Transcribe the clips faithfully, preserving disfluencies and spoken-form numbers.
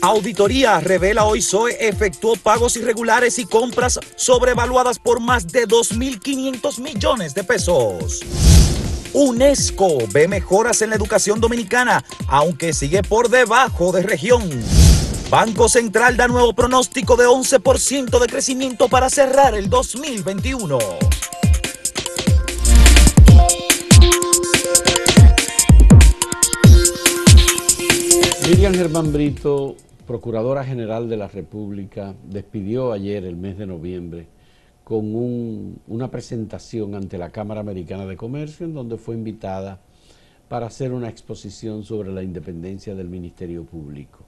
Auditoría revela hoy S O E efectuó pagos irregulares y compras sobrevaluadas por más de dos mil quinientos millones de pesos. UNESCO ve mejoras en la educación dominicana, aunque sigue por debajo de región. Banco Central da nuevo pronóstico de once por ciento de crecimiento para cerrar el dos mil veintiuno. Miriam Germán Brito, Procuradora General de la República, despidió ayer, el mes de noviembre, con un, una presentación ante la Cámara Americana de Comercio, en donde fue invitada para hacer una exposición sobre la independencia del Ministerio Público.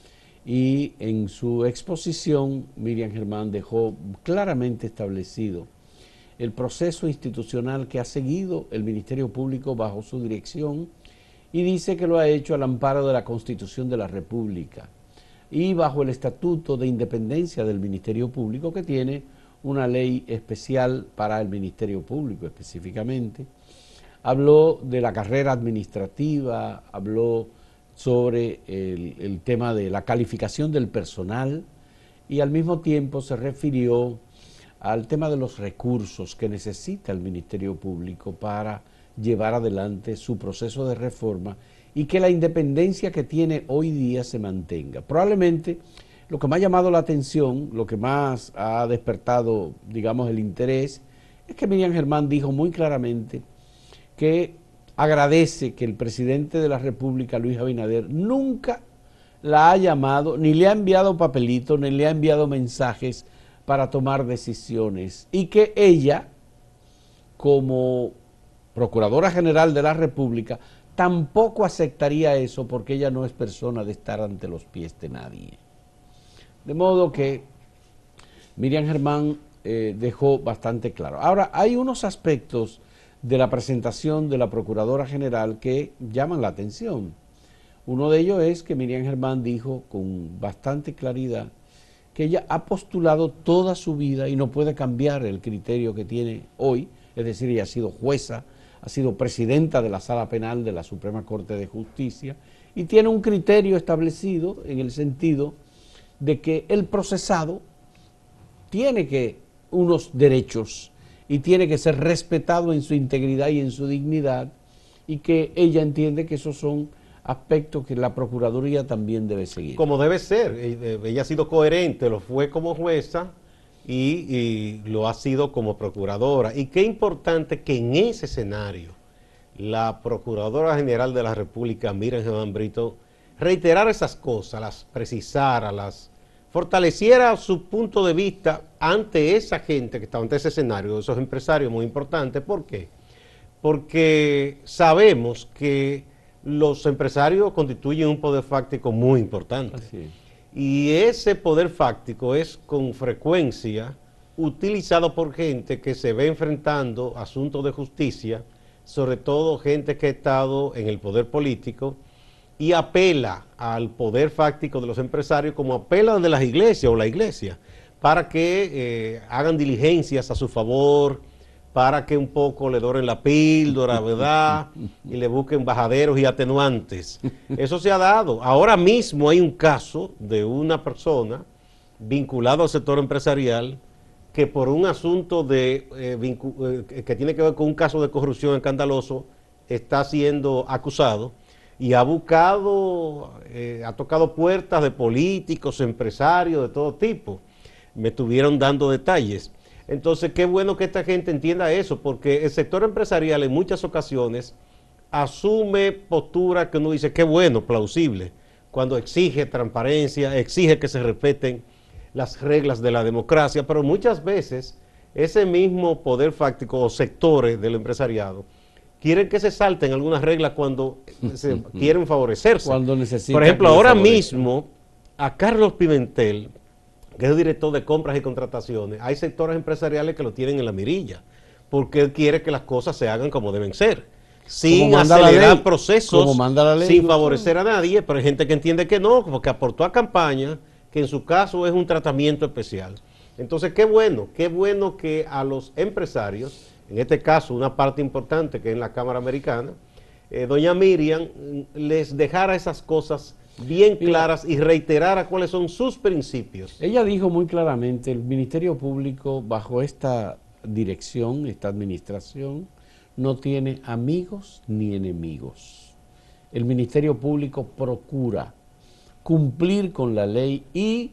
Y en su exposición, Miriam Germán dejó claramente establecido el proceso institucional que ha seguido el Ministerio Público bajo su dirección, y dice que lo ha hecho al amparo de la Constitución de la República y bajo el Estatuto de Independencia del Ministerio Público, que tiene una ley especial para el Ministerio Público específicamente. Habló de la carrera administrativa, habló sobre el, el tema de la calificación del personal y al mismo tiempo se refirió al tema de los recursos que necesita el Ministerio Público para llevar adelante su proceso de reforma y que la independencia que tiene hoy día se mantenga. Probablemente lo que más ha llamado la atención, lo que más ha despertado, digamos, el interés, es que Miriam Germán dijo muy claramente que agradece que el presidente de la República, Luis Abinader, nunca la ha llamado, ni le ha enviado papelitos, ni le ha enviado mensajes para tomar decisiones, y que ella, como Procuradora General de la República, tampoco aceptaría eso porque ella no es persona de estar ante los pies de nadie. De modo que Miriam Germán eh, dejó bastante claro. Ahora, hay unos aspectos de la presentación de la Procuradora General que llaman la atención. Uno de ellos es que Miriam Germán dijo con bastante claridad que ella ha postulado toda su vida y no puede cambiar el criterio que tiene hoy, es decir, ella ha sido jueza, ha sido presidenta de la Sala Penal de la Suprema Corte de Justicia y tiene un criterio establecido en el sentido de que el procesado tiene que unos derechos y tiene que ser respetado en su integridad y en su dignidad, y que ella entiende que esos son aspectos que la Procuraduría también debe seguir. Como debe ser, ella ha sido coherente, lo fue como jueza y, y lo ha sido como procuradora. Y qué importante que en ese escenario la Procuradora General de la República, Miriam Germán Brito, reiterara esas cosas, las precisara, las fortaleciera su punto de vista ante esa gente que estaba ante ese escenario, esos empresarios muy importantes. ¿Por qué? Porque sabemos que los empresarios constituyen un poder fáctico muy importante. Así es. Y ese poder fáctico es con frecuencia utilizado por gente que se ve enfrentando asuntos de justicia, sobre todo gente que ha estado en el poder político, y apela al poder fáctico de los empresarios como apela de las iglesias o la iglesia, para que eh, hagan diligencias a su favor, para que un poco le doren la píldora, ¿verdad? Y le busquen bajaderos y atenuantes. Eso se ha dado. Ahora mismo hay un caso de una persona vinculada al sector empresarial que por un asunto de eh, vincu eh, que tiene que ver con un caso de corrupción escandaloso está siendo acusado y ha buscado, eh, ha tocado puertas de políticos, empresarios de todo tipo. Me estuvieron dando detalles. Entonces, qué bueno que esta gente entienda eso, porque el sector empresarial en muchas ocasiones asume posturas que uno dice, qué bueno, plausible, cuando exige transparencia, exige que se respeten las reglas de la democracia, pero muchas veces ese mismo poder fáctico o sectores del empresariado quieren que se salten algunas reglas cuando se quieren favorecerse. Cuando necesitan. Por ejemplo, ahora mismo a Carlos Pimentel, que es el director de compras y contrataciones, hay sectores empresariales que lo tienen en la mirilla, porque él quiere que las cosas se hagan como deben ser, sin acelerar procesos, sin favorecer a nadie, pero hay gente que entiende que no, porque aportó a campaña, que en su caso es un tratamiento especial. Entonces, qué bueno, qué bueno que a los empresarios, en este caso una parte importante que es en la Cámara Americana, eh, doña Miriam les dejara esas cosas bien claras y reiterara cuáles son sus principios. Ella dijo muy claramente, el Ministerio Público bajo esta dirección, esta administración, no tiene amigos ni enemigos. El Ministerio Público procura cumplir con la ley y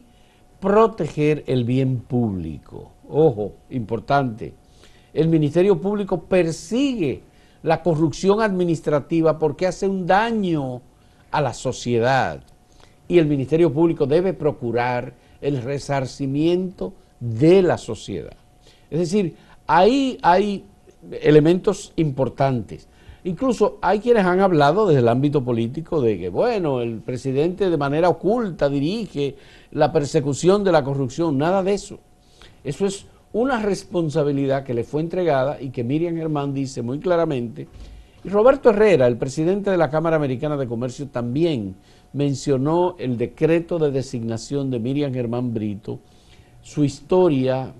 proteger el bien público. Ojo, importante, el Ministerio Público persigue la corrupción administrativa porque hace un daño a la sociedad y el Ministerio Público debe procurar el resarcimiento de la sociedad. Es decir, ahí hay elementos importantes. Incluso hay quienes han hablado desde el ámbito político de que, bueno, el presidente de manera oculta dirige la persecución de la corrupción. Nada de eso. Eso es una responsabilidad que le fue entregada y que Miriam Germán dice muy claramente. Y Roberto Herrera, el presidente de la Cámara Americana de Comercio, también mencionó el decreto de designación de Miriam Germán Brito, su historia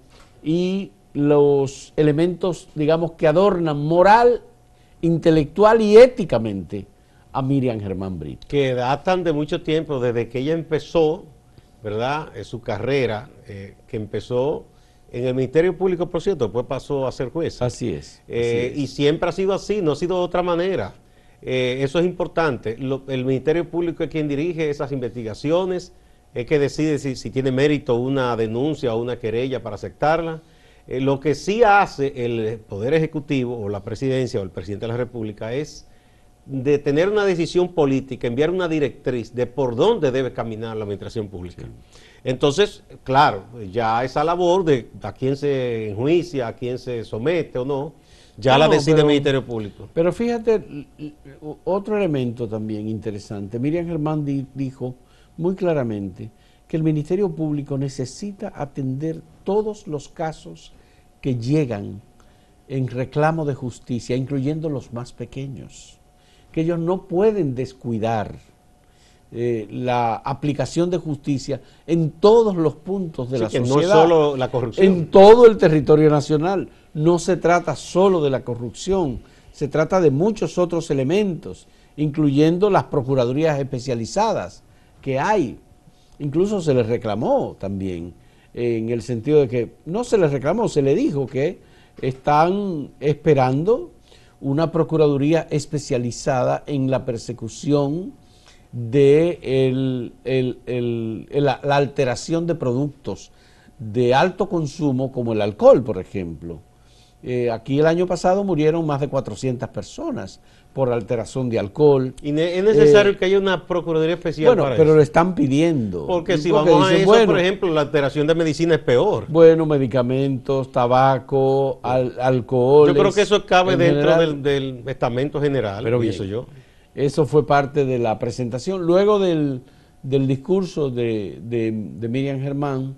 y los elementos, digamos, que adornan moral, intelectual y éticamente a Miriam Germán Brito. Que datan de mucho tiempo, desde que ella empezó, ¿verdad?, en su carrera, eh, que empezó en el Ministerio Público, por cierto, después pasó a ser jueza. Así es. Eh, así es. Y siempre ha sido así, no ha sido de otra manera. Eh, eso es importante. Lo, el Ministerio Público es quien dirige esas investigaciones, es que decide si, si tiene mérito una denuncia o una querella para aceptarla. Eh, lo que sí hace el Poder Ejecutivo o la Presidencia o el Presidente de la República es de tener una decisión política, enviar una directriz de por dónde debe caminar la administración pública. Sí. Entonces, claro, ya esa labor de a quién se enjuicia, a quién se somete o no, ya no, la decide pero, el Ministerio Público. Pero fíjate, otro elemento también interesante. Miriam Germán di, dijo muy claramente que el Ministerio Público necesita atender todos los casos que llegan en reclamo de justicia, incluyendo los más pequeños, que ellos no pueden descuidar eh, la aplicación de justicia en todos los puntos de sí, la que sociedad, no solo la corrupción, en todo el territorio nacional. No se trata solo de la corrupción, se trata de muchos otros elementos, incluyendo las procuradurías especializadas que hay. Incluso se les reclamó también, en el sentido de que no se les reclamó, se les dijo que están esperando una procuraduría especializada en la persecución de el, el, el, el, la, la alteración de productos de alto consumo, como el alcohol, por ejemplo. Eh, aquí el año pasado murieron más de cuatrocientas personas por alteración de alcohol. Y ne es necesario eh, que haya una procuraduría especial bueno, para pero eso. lo están pidiendo. Porque si porque vamos dicen, a eso, bueno, por ejemplo, la alteración de medicina es peor. Bueno, medicamentos, tabaco, al alcohol. Yo creo que eso cabe dentro general, del, del estamento general, pero pienso yo. Eso fue parte de la presentación. Luego del, del discurso de, de, de Miriam Germán,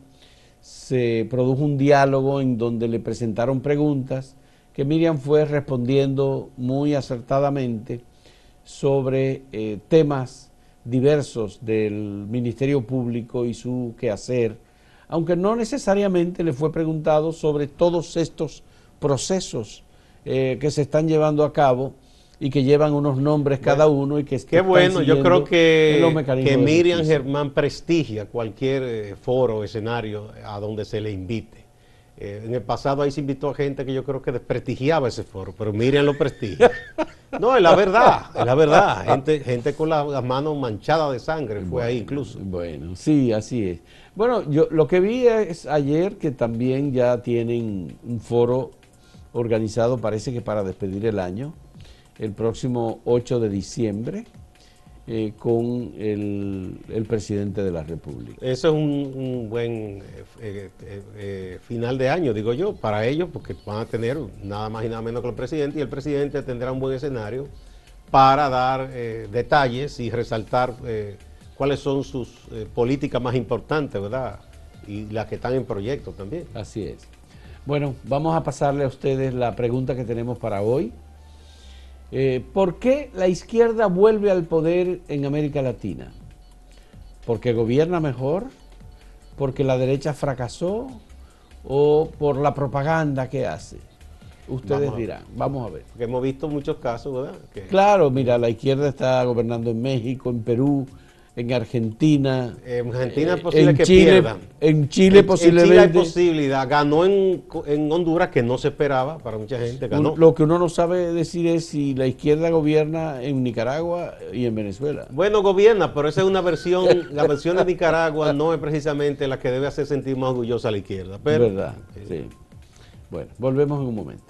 se produjo un diálogo en donde le presentaron preguntas que Miriam fue respondiendo muy acertadamente sobre eh, temas diversos del Ministerio Público y su quehacer, aunque no necesariamente le fue preguntado sobre todos estos procesos eh, que se están llevando a cabo y que llevan unos nombres cada uno y que qué bueno, yo creo que, que Miriam Germán prestigia cualquier eh, foro, escenario a donde se le invite. Eh, en el pasado ahí se invitó a gente que yo creo que desprestigiaba ese foro, pero Miriam lo prestigia. No, es la verdad, es la verdad. Gente, gente con las la manos manchadas de sangre fue bueno, ahí incluso. Bueno, sí, así es. Bueno, yo lo que vi es ayer que también ya tienen un foro organizado, parece que para despedir el año, el próximo ocho de diciembre, eh, con el, el presidente de la República. Eso es un, un buen eh, eh, eh, final de año, digo yo, para ellos, porque van a tener nada más y nada menos que el presidente, y el presidente tendrá un buen escenario para dar eh, detalles y resaltar eh, cuáles son sus eh, políticas más importantes, ¿verdad? Y las que están en proyecto también. Así es. Bueno, vamos a pasarle a ustedes la pregunta que tenemos para hoy. Eh, ¿Por qué la izquierda vuelve al poder en América Latina? ¿Porque gobierna mejor? ¿Porque la derecha fracasó? ¿O por la propaganda que hace? Ustedes Vamos a- dirán, vamos a ver. Porque hemos visto muchos casos, ¿verdad? Que- Claro, mira, la izquierda está gobernando en México, en Perú, en Argentina. En Argentina es eh, posible en que Chile, pierdan. En Chile En- posiblemente. En Chile hay posibilidad. Ganó en, en Honduras, que no se esperaba para mucha gente. Ganó. Un- Lo que uno no sabe decir es si la izquierda gobierna en Nicaragua y en Venezuela. Bueno, gobierna, pero esa es una versión, la versión de Nicaragua no es precisamente la que debe hacer sentir más orgullosa a la izquierda. Pero, ¿Verdad? Sí. Bueno, volvemos en un momento.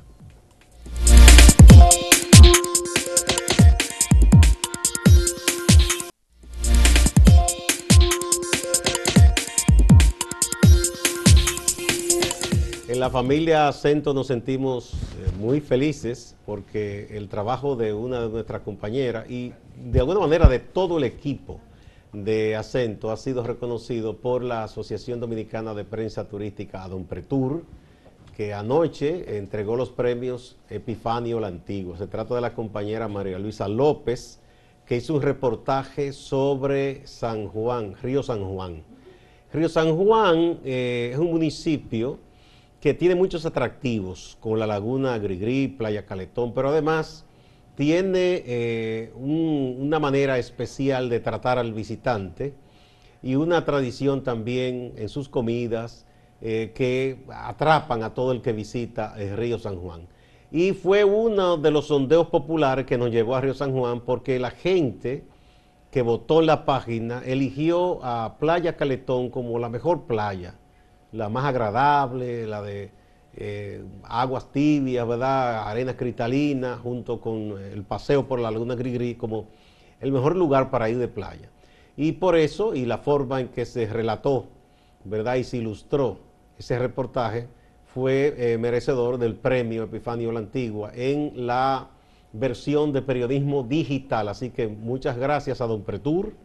En la familia Acento nos sentimos eh, muy felices porque el trabajo de una de nuestras compañeras y de alguna manera de todo el equipo de Acento ha sido reconocido por la Asociación Dominicana de Prensa Turística Adonpretur, que anoche entregó los premios Epifanio la Antigua. Se trata de la compañera María Luisa López, que hizo un reportaje sobre San Juan, Río San Juan. Río San Juan eh, es un municipio que tiene muchos atractivos, como la Laguna Grigri, Playa Caletón, pero además tiene eh, un- una manera especial de tratar al visitante y una tradición también en sus comidas eh, que atrapan a todo el que visita el Río San Juan. Y fue uno de los sondeos populares que nos llevó a Río San Juan porque la gente que votó en la página eligió a Playa Caletón como la mejor playa, la más agradable, la de eh, aguas tibias, ¿verdad? Arenas cristalinas, junto con el paseo por la Laguna Grigri, como el mejor lugar para ir de playa. Y por eso, y la forma en que se relató, ¿verdad? Y se ilustró ese reportaje, fue eh, merecedor del premio Epifanio la Antigua en la versión de periodismo digital. Así que muchas gracias a Don Pretur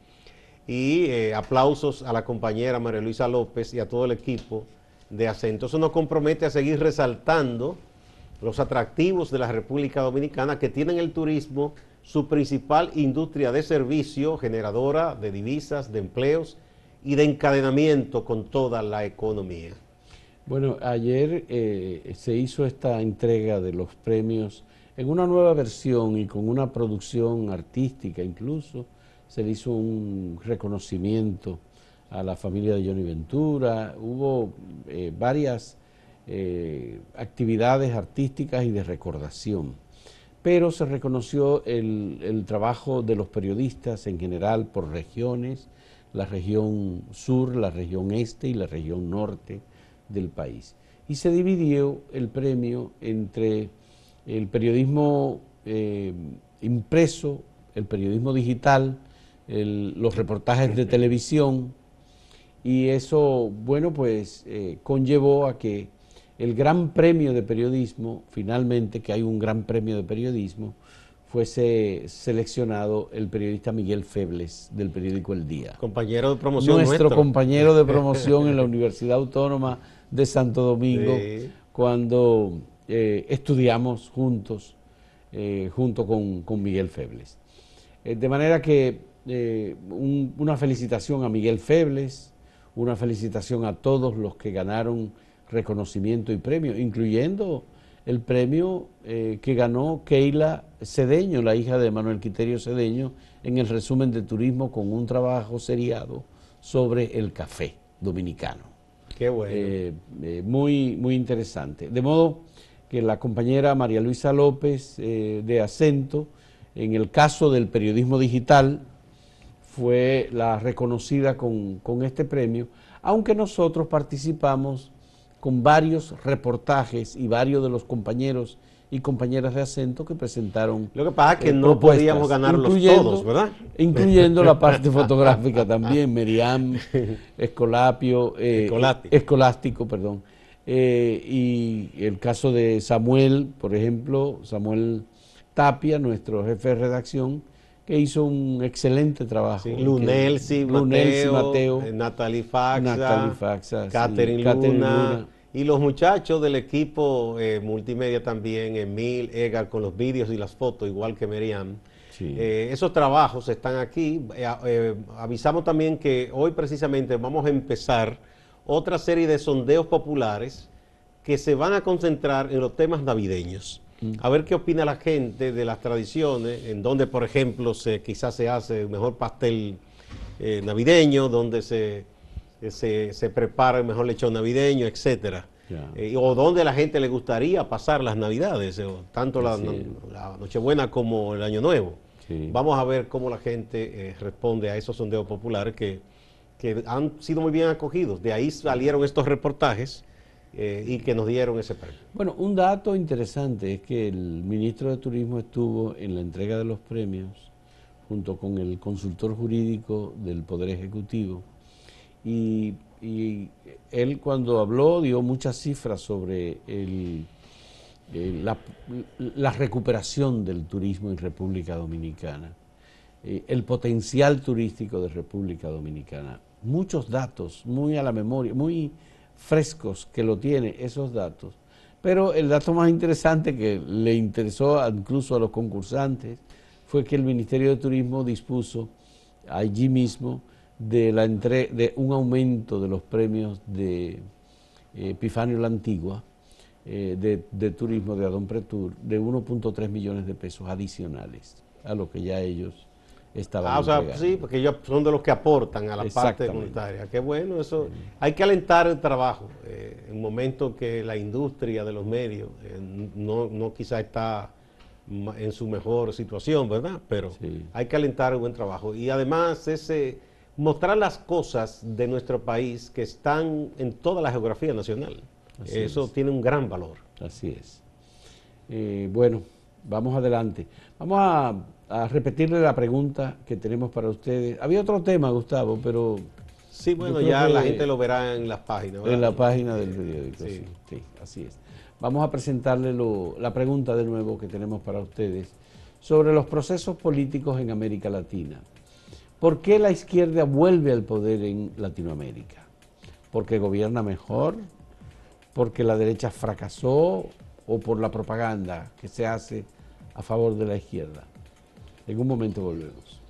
y eh, aplausos a la compañera María Luisa López y a todo el equipo de Acento. Eso nos compromete a seguir resaltando los atractivos de la República Dominicana, que tienen el turismo su principal industria de servicio, generadora de divisas, de empleos y de encadenamiento con toda la economía. Bueno, ayer eh, se hizo esta entrega de los premios en una nueva versión y con una producción artística incluso. Se le hizo un reconocimiento a la familia de Johnny Ventura, hubo eh, varias eh, actividades artísticas y de recordación, pero se reconoció el, el trabajo de los periodistas en general por regiones, la región sur, la región este y la región norte del país. Y se dividió el premio entre el periodismo eh, impreso, el periodismo digital, el, los reportajes de televisión, y eso, bueno, pues eh, conllevó a que el gran premio de periodismo, finalmente que hay un gran premio de periodismo, fuese seleccionado el periodista Miguel Febles del periódico El Día. Compañero de promoción Nuestro nuestro. compañero de promoción en la Universidad Autónoma de Santo Domingo, Sí. cuando eh, estudiamos juntos, eh, junto con, con Miguel Febles. Eh, de manera que eh, un- una felicitación a Miguel Febles, una felicitación a todos los que ganaron reconocimiento y premio, incluyendo el premio eh, que ganó Keila Cedeño, la hija de Manuel Quiterio Cedeño, en el resumen de turismo con un trabajo seriado sobre el café dominicano. Qué bueno. Eh, eh, muy, muy interesante. De modo que la compañera María Luisa López eh, de Acento, en el caso del periodismo digital, fue la reconocida con, con este premio, aunque nosotros participamos con varios reportajes y varios de los compañeros y compañeras de Acento que presentaron Lo que pasa es que eh, no propuestas, podíamos ganarlos incluyendo- todos, ¿verdad? Incluyendo la parte fotográfica también, Meriam, Escolapio, eh, Escolástico. Escolástico, perdón. Eh, y el caso de Samuel, por ejemplo, Samuel Tapia, nuestro jefe de redacción, que hizo un excelente trabajo. Sí, Que- Lunelsi, Lunelsi, Mateo, Mateo, eh, Natalie Faxa, Natalie Faxa, sí, Catherine Catherine Luna, Luna. y los muchachos del equipo eh, multimedia también, Emil, Edgar, con los vídeos y las fotos, igual que Meriam. Sí. Eh, esos trabajos están aquí. Eh, eh, avisamos también que hoy precisamente vamos a empezar otra serie de sondeos populares que se van a concentrar en los temas navideños. Mm. A ver qué opina la gente de las tradiciones, en donde, por ejemplo, se, quizás se hace el mejor pastel eh, navideño, donde se, se, se prepara el mejor lechón navideño, etcétera. Yeah. Eh, o donde a la gente le gustaría pasar las Navidades, eh, tanto la, sí. la, la Nochebuena como el Año Nuevo. Sí. Vamos a ver cómo la gente eh, responde a esos sondeos populares que, que han sido muy bien acogidos. De ahí salieron estos reportajes eh, y que nos dieron ese premio. Bueno, un dato interesante es que el ministro de Turismo estuvo en la entrega de los premios junto con el consultor jurídico del Poder Ejecutivo y, y él cuando habló dio muchas cifras sobre el... Eh, la, la recuperación del turismo en República Dominicana, eh, el potencial turístico de República Dominicana, muchos datos muy a la memoria, muy frescos que lo tiene esos datos, pero el dato más interesante que le interesó incluso a los concursantes fue que el Ministerio de Turismo dispuso allí mismo de, la entre, de un aumento de los premios de eh, Epifanio La Antigua, De, de turismo de Adonpretur de uno punto tres millones de pesos adicionales a lo que ya ellos estaban ah, o sea, sí, porque ellos son de los que aportan a la parte comunitaria. Qué bueno, eso. Sí. Hay que alentar el trabajo eh, en un momento que la industria de los medios eh, no, no quizá está en su mejor situación, ¿verdad? Pero sí. hay que alentar el buen trabajo. Y además ese mostrar las cosas de nuestro país que están en toda la geografía nacional. Así Eso es. Tiene un gran valor. Así es. Eh, bueno, vamos adelante. Vamos a, a repetirle la pregunta que tenemos para ustedes. Había otro tema, Gustavo, pero... Sí, bueno, ya la gente lo verá en las páginas, ¿verdad? En la página del periódico, sí, sí, sí así es. Vamos a presentarle lo, la pregunta de nuevo que tenemos para ustedes sobre los procesos políticos en América Latina. ¿Por qué la izquierda vuelve al poder en Latinoamérica? ¿Porque gobierna mejor? ¿Porque la derecha fracasó o por la propaganda que se hace a favor de la izquierda? En un momento volvemos.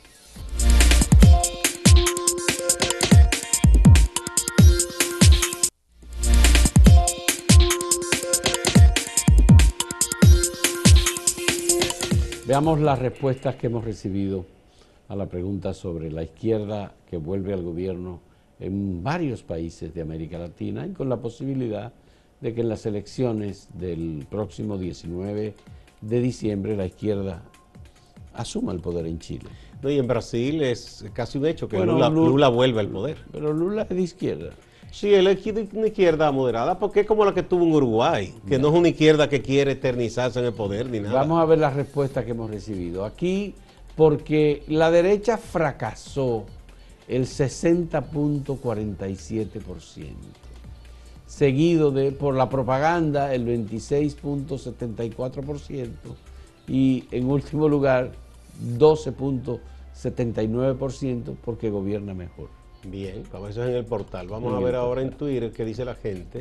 Veamos las respuestas que hemos recibido a la pregunta sobre la izquierda que vuelve al gobierno en varios países de América Latina y con la posibilidad de que en las elecciones del próximo diecinueve de diciembre la izquierda asuma el poder en Chile. No, y en Brasil es casi un hecho que bueno, Lula, Lula, Lula vuelve al poder. Pero Lula es de izquierda. Sí, él es de una izquierda moderada porque es como la que tuvo en Uruguay, que no, no es una izquierda que quiere eternizarse en el poder ni nada. Vamos a ver las respuestas que hemos recibido. Aquí, porque la derecha fracasó el sesenta punto cuarenta y siete por ciento, seguido de por la propaganda el veintiséis punto setenta y cuatro por ciento y en último lugar doce punto setenta y nueve por ciento porque gobierna mejor. Bien, vamos, eso es en el portal. Vamos en a ver ahora portal. En Twitter qué dice la gente.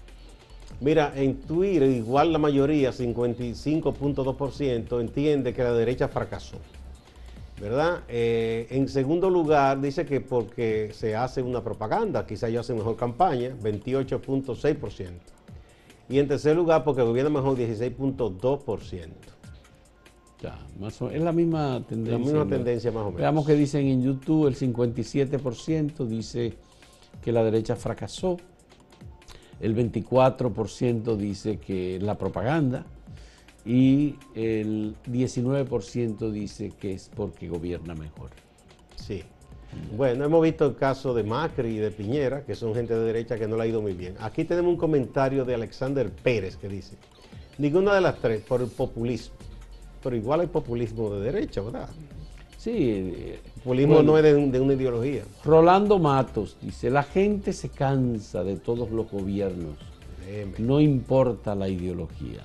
Mira, en Twitter igual la mayoría, cincuenta y cinco punto dos por ciento, entiende que la derecha fracasó. ¿Verdad? Eh, en segundo lugar, dice que porque se hace una propaganda, quizá ellos hacen mejor campaña, veintiocho punto seis por ciento. Y en tercer lugar, porque gobierna mejor, dieciséis punto dos por ciento. Ya, más o, es la misma tendencia. La misma ¿no? tendencia más o menos. Veamos que dicen en YouTube, el cincuenta y siete por ciento dice que la derecha fracasó, el veinticuatro por ciento dice que la propaganda, y el diecinueve por ciento dice que es porque gobierna mejor. Sí. Bueno, hemos visto el caso de Macri y de Piñera, que son gente de derecha que no le ha ido muy bien. Aquí tenemos un comentario de Alexander Pérez que dice, ninguna de las tres por el populismo, pero igual hay populismo de derecha, ¿verdad? Sí. El populismo bueno, no es de, de una ideología. Rolando Matos dice, la gente se cansa de todos los gobiernos, Deme. no importa la ideología.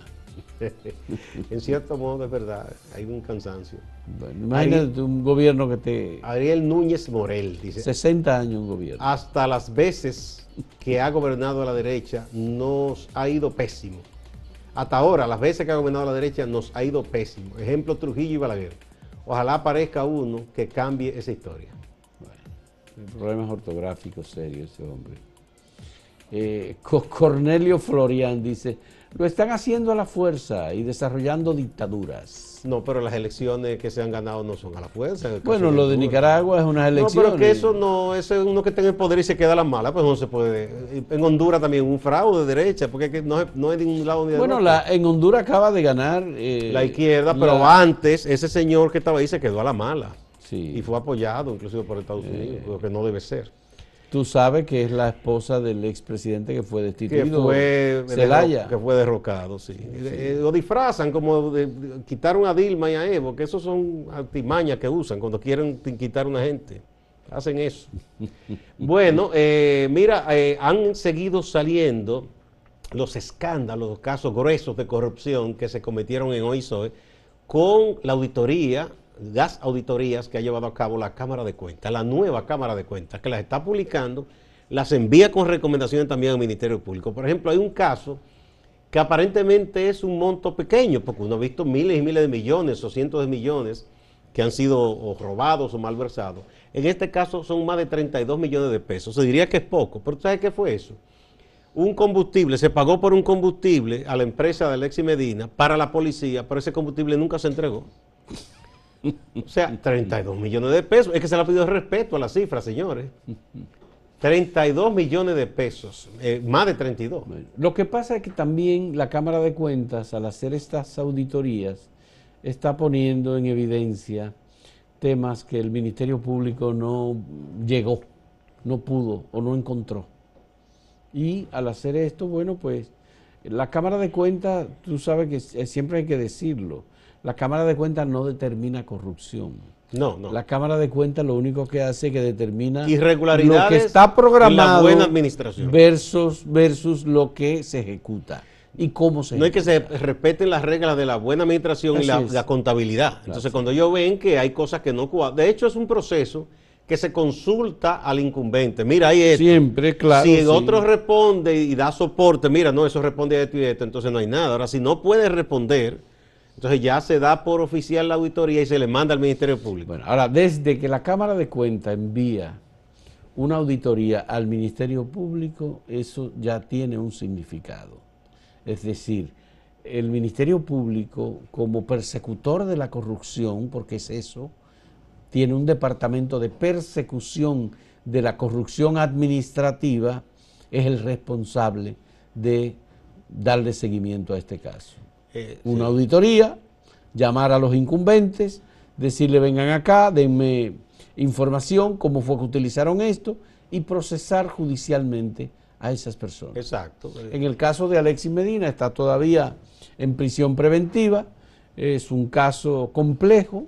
En cierto modo es verdad, hay un cansancio. Bueno, imagínate Ariel, un gobierno que te... Ariel Núñez Morel dice... sesenta años un gobierno. Hasta las veces que ha gobernado a la derecha nos ha ido pésimo. Hasta ahora, las veces que ha gobernado a la derecha nos ha ido pésimo. Ejemplo, Trujillo y Balaguer. Ojalá aparezca uno que cambie esa historia. Bueno, problemas ortográficos serios ese hombre. Eh, Cornelio Florian dice, lo están haciendo a la fuerza y desarrollando dictaduras. No, pero las elecciones que se han ganado no son a la fuerza. Bueno, lo de Nicaragua es unas elecciones. No, pero que eso no, ese es uno que está en el poder y se queda a la mala, pues no se puede. En Honduras también un fraude de derecha, porque no es, no es de ningún lado ni de Bueno, otro. la, en Honduras acaba de ganar eh, la izquierda, pero la, antes ese señor que estaba ahí se quedó a la mala. Sí. Y fue apoyado inclusive por Estados Unidos, eh, porque no debe ser. Tú sabes que es la esposa del expresidente que fue destituido, que fue, Zelaya. Que fue derrocado, sí. sí. Eh, lo disfrazan como de, de, quitaron a Dilma y a Evo, que esos son artimañas que usan cuando quieren quitar a una gente. Hacen eso. Bueno, eh, mira, eh, han seguido saliendo los escándalos, los casos gruesos de corrupción que se cometieron en OISOE con la auditoría, las auditorías que ha llevado a cabo la Cámara de Cuentas, la nueva Cámara de Cuentas, que las está publicando, las envía con recomendaciones también al Ministerio Público. Por ejemplo, hay un caso que aparentemente es un monto pequeño, porque uno ha visto miles y miles de millones o cientos de millones que han sido o robados o malversados. En este caso son más de treinta y dos millones de pesos. Se diría que es poco, pero ¿sabes qué fue eso? Un combustible, se pagó por un combustible a la empresa de Alexis Medina para la policía, pero ese combustible nunca se entregó. O sea, treinta y dos millones de pesos. Es que se le ha pedido respeto a la cifra, señores. treinta y dos millones de pesos, eh, más de treinta y dos. Bueno, lo que pasa es que también la Cámara de Cuentas, al hacer estas auditorías, está poniendo en evidencia temas que el Ministerio Público no llegó, no pudo o no encontró. Y al hacer esto, bueno, pues la Cámara de Cuentas, tú sabes que siempre hay que decirlo, la Cámara de Cuentas no determina corrupción. No, no. La Cámara de Cuentas lo único que hace es que determina irregularidades lo que está programado en la buena administración versus, versus lo que se ejecuta y cómo se no ejecuta. hay que se respeten las reglas de la buena administración Así y la, la contabilidad. Entonces, claro, cuando ellos ven que hay cosas que no cuadran, de hecho es un proceso que se consulta al incumbente. Mira, ahí esto. Siempre, claro. Si el sí. otro responde y da soporte, mira, no, eso responde a esto y esto, entonces no hay nada. Ahora, si no puede responder, entonces ya se da por oficial la auditoría y se le manda al Ministerio Público. Bueno, ahora, desde que la Cámara de Cuentas envía una auditoría al Ministerio Público, eso ya tiene un significado. Es decir, el Ministerio Público, como persecutor de la corrupción, porque es eso, tiene un departamento de persecución de la corrupción administrativa, es el responsable de darle seguimiento a este caso. Eh, Una sí. auditoría, llamar a los incumbentes, decirle vengan acá, denme información, cómo fue que utilizaron esto y procesar judicialmente a esas personas. Exacto. En el caso de Alexis Medina está todavía en prisión preventiva, es un caso complejo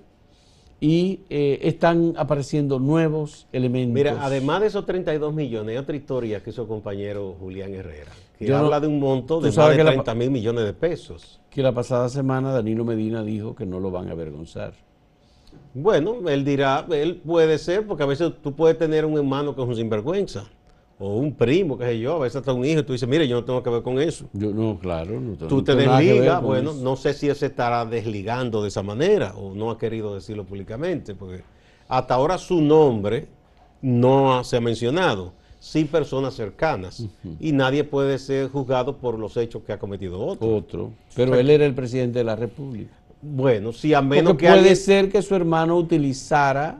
y eh, están apareciendo nuevos elementos. Mira, además de esos treinta y dos millones, hay otra historia que hizo el compañero Julián Herrera, que Yo habla no, de un monto de más de treinta mil millones de pesos. Que la pasada semana Danilo Medina dijo que no lo van a avergonzar. Bueno, él dirá, él puede ser, porque a veces tú puedes tener un hermano que es un sinvergüenza, o un primo, qué sé yo, a veces hasta un hijo, y tú dices, mire, yo no tengo que ver con eso. Yo no, claro. No tú no te desligas, bueno, eso. No sé si él se estará desligando de esa manera, o no ha querido decirlo públicamente, porque hasta ahora su nombre no se ha mencionado, sí personas cercanas, uh-huh. y nadie puede ser juzgado por los hechos que ha cometido otro. Otro, pero o sea, él era el presidente de la República. Bueno, sí, a menos Porque que puede alguien... ser que su hermano utilizara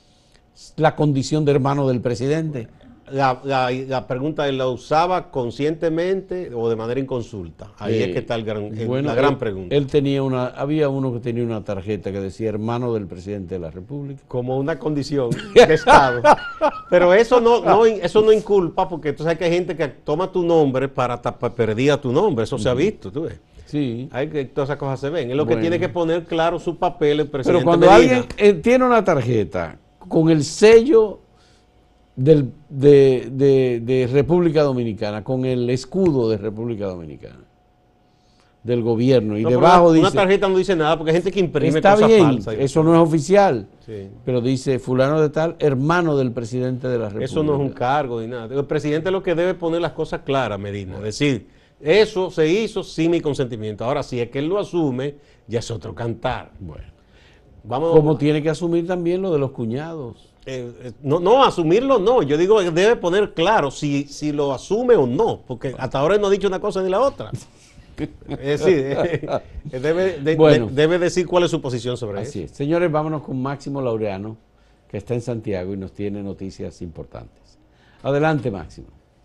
la condición de hermano del presidente. La, la, la pregunta es, ¿la usaba conscientemente o de manera inconsulta? Ahí eh, es que está el gran, el, bueno, la gran él, pregunta. Él tenía una, había uno que tenía una tarjeta que decía hermano del presidente de la República. Como una condición de Estado. Pero eso no, no, eso no inculpa, porque tú sabes que hay gente que toma tu nombre para tapar perdida tu nombre, eso uh-huh. se ha visto, tú ves. Sí. Hay que todas esas cosas se ven. Es lo bueno. que tiene que poner claro su papel el presidente. Pero cuando Medina. alguien eh, tiene una tarjeta con el sello del, de, de, de República Dominicana, con el escudo de República Dominicana, del gobierno, y no, debajo una, dice... Una tarjeta no dice nada, porque hay gente que imprime está cosas bien, falsas. Eso no es oficial, sí. pero dice fulano de tal, hermano del presidente de la República. Eso no es un cargo ni nada. El presidente lo que debe poner las cosas claras, Medina, es decir, eso se hizo sin mi consentimiento. Ahora, si es que él lo asume, ya es otro cantar. Bueno, Vamos como a... tiene que asumir también lo de los cuñados. Eh, eh, no, no, asumirlo no. Yo digo que debe poner claro si, si lo asume o no, porque hasta ahora no ha dicho una cosa ni la otra. Es decir, eh, eh, debe, de, bueno, de, debe decir cuál es su posición sobre así eso. es. Señores, vámonos con Máximo Laureano, que está en Santiago y nos tiene noticias importantes. Adelante, Máximo.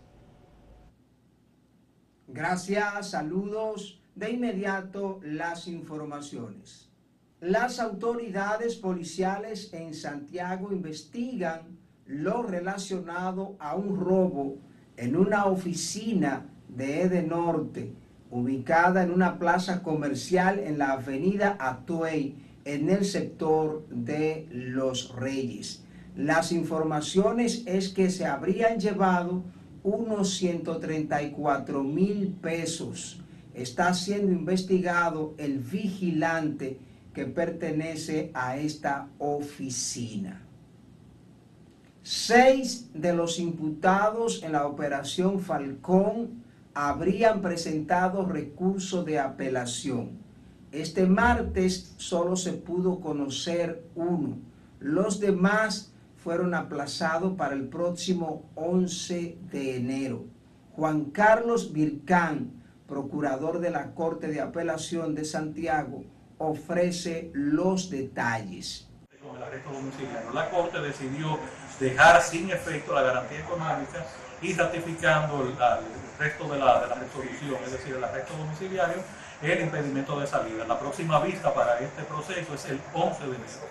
Gracias, saludos. De inmediato las informaciones. Las autoridades policiales en Santiago investigan lo relacionado a un robo en una oficina de Edenorte, ubicada en una plaza comercial en la avenida Atuey, en el sector de Los Reyes. Las informaciones es que se habrían llevado unos ciento treinta y cuatro mil pesos. Está siendo investigado el vigilante que pertenece a esta oficina. Seis de los imputados en la operación Falcón habrían presentado recurso de apelación. Este martes solo se pudo conocer uno. Los demás fueron aplazados para el próximo once de enero. Juan Carlos Vircán, procurador de la Corte de Apelación de Santiago, ofrece los detalles. Con el arresto domiciliario, la Corte decidió dejar sin efecto la garantía económica y ratificando el, el resto de la, de la resolución, es decir, el arresto domiciliario, el impedimento de salida. La próxima vista para este proceso es el once de enero.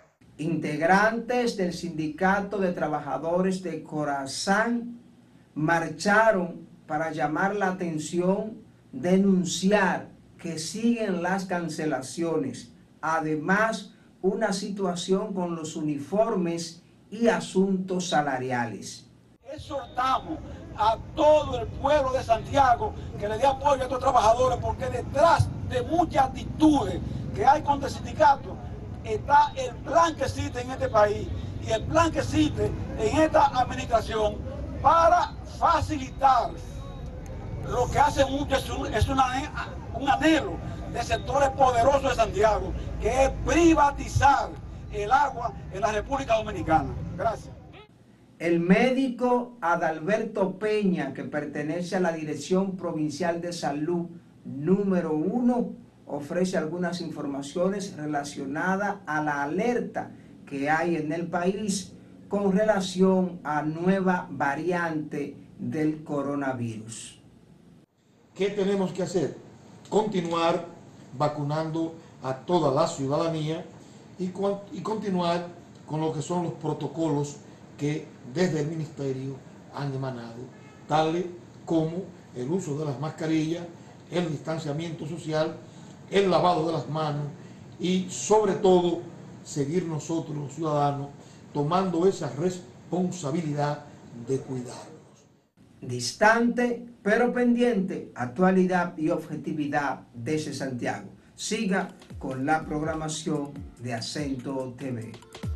Integrantes del Sindicato de Trabajadores de Corazán marcharon para llamar la atención, denunciar que siguen las cancelaciones, además una situación con los uniformes y asuntos salariales. Exhortamos a todo el pueblo de Santiago que le dé apoyo a estos trabajadores, porque detrás de muchas actitudes que hay contra el sindicato está el plan que existe en este país y el plan que existe en esta administración para facilitar lo que hace mucho es un, es una, un anhelo de sectores poderosos de Santiago, que es privatizar el agua en la República Dominicana. Gracias. El médico Adalberto Peña, que pertenece a la Dirección Provincial de Salud número uno, ofrece algunas informaciones relacionadas a la alerta que hay en el país con relación a nueva variante del coronavirus. ¿Qué tenemos que hacer? Continuar vacunando a toda la ciudadanía y, con, y continuar con lo que son los protocolos que desde el Ministerio han emanado, tales como el uso de las mascarillas, el distanciamiento social, el lavado de las manos y sobre todo seguir nosotros los ciudadanos tomando esa responsabilidad de cuidarnos. Distante pero pendiente, actualidad y objetividad desde Santiago. Siga con la programación de Acento T V.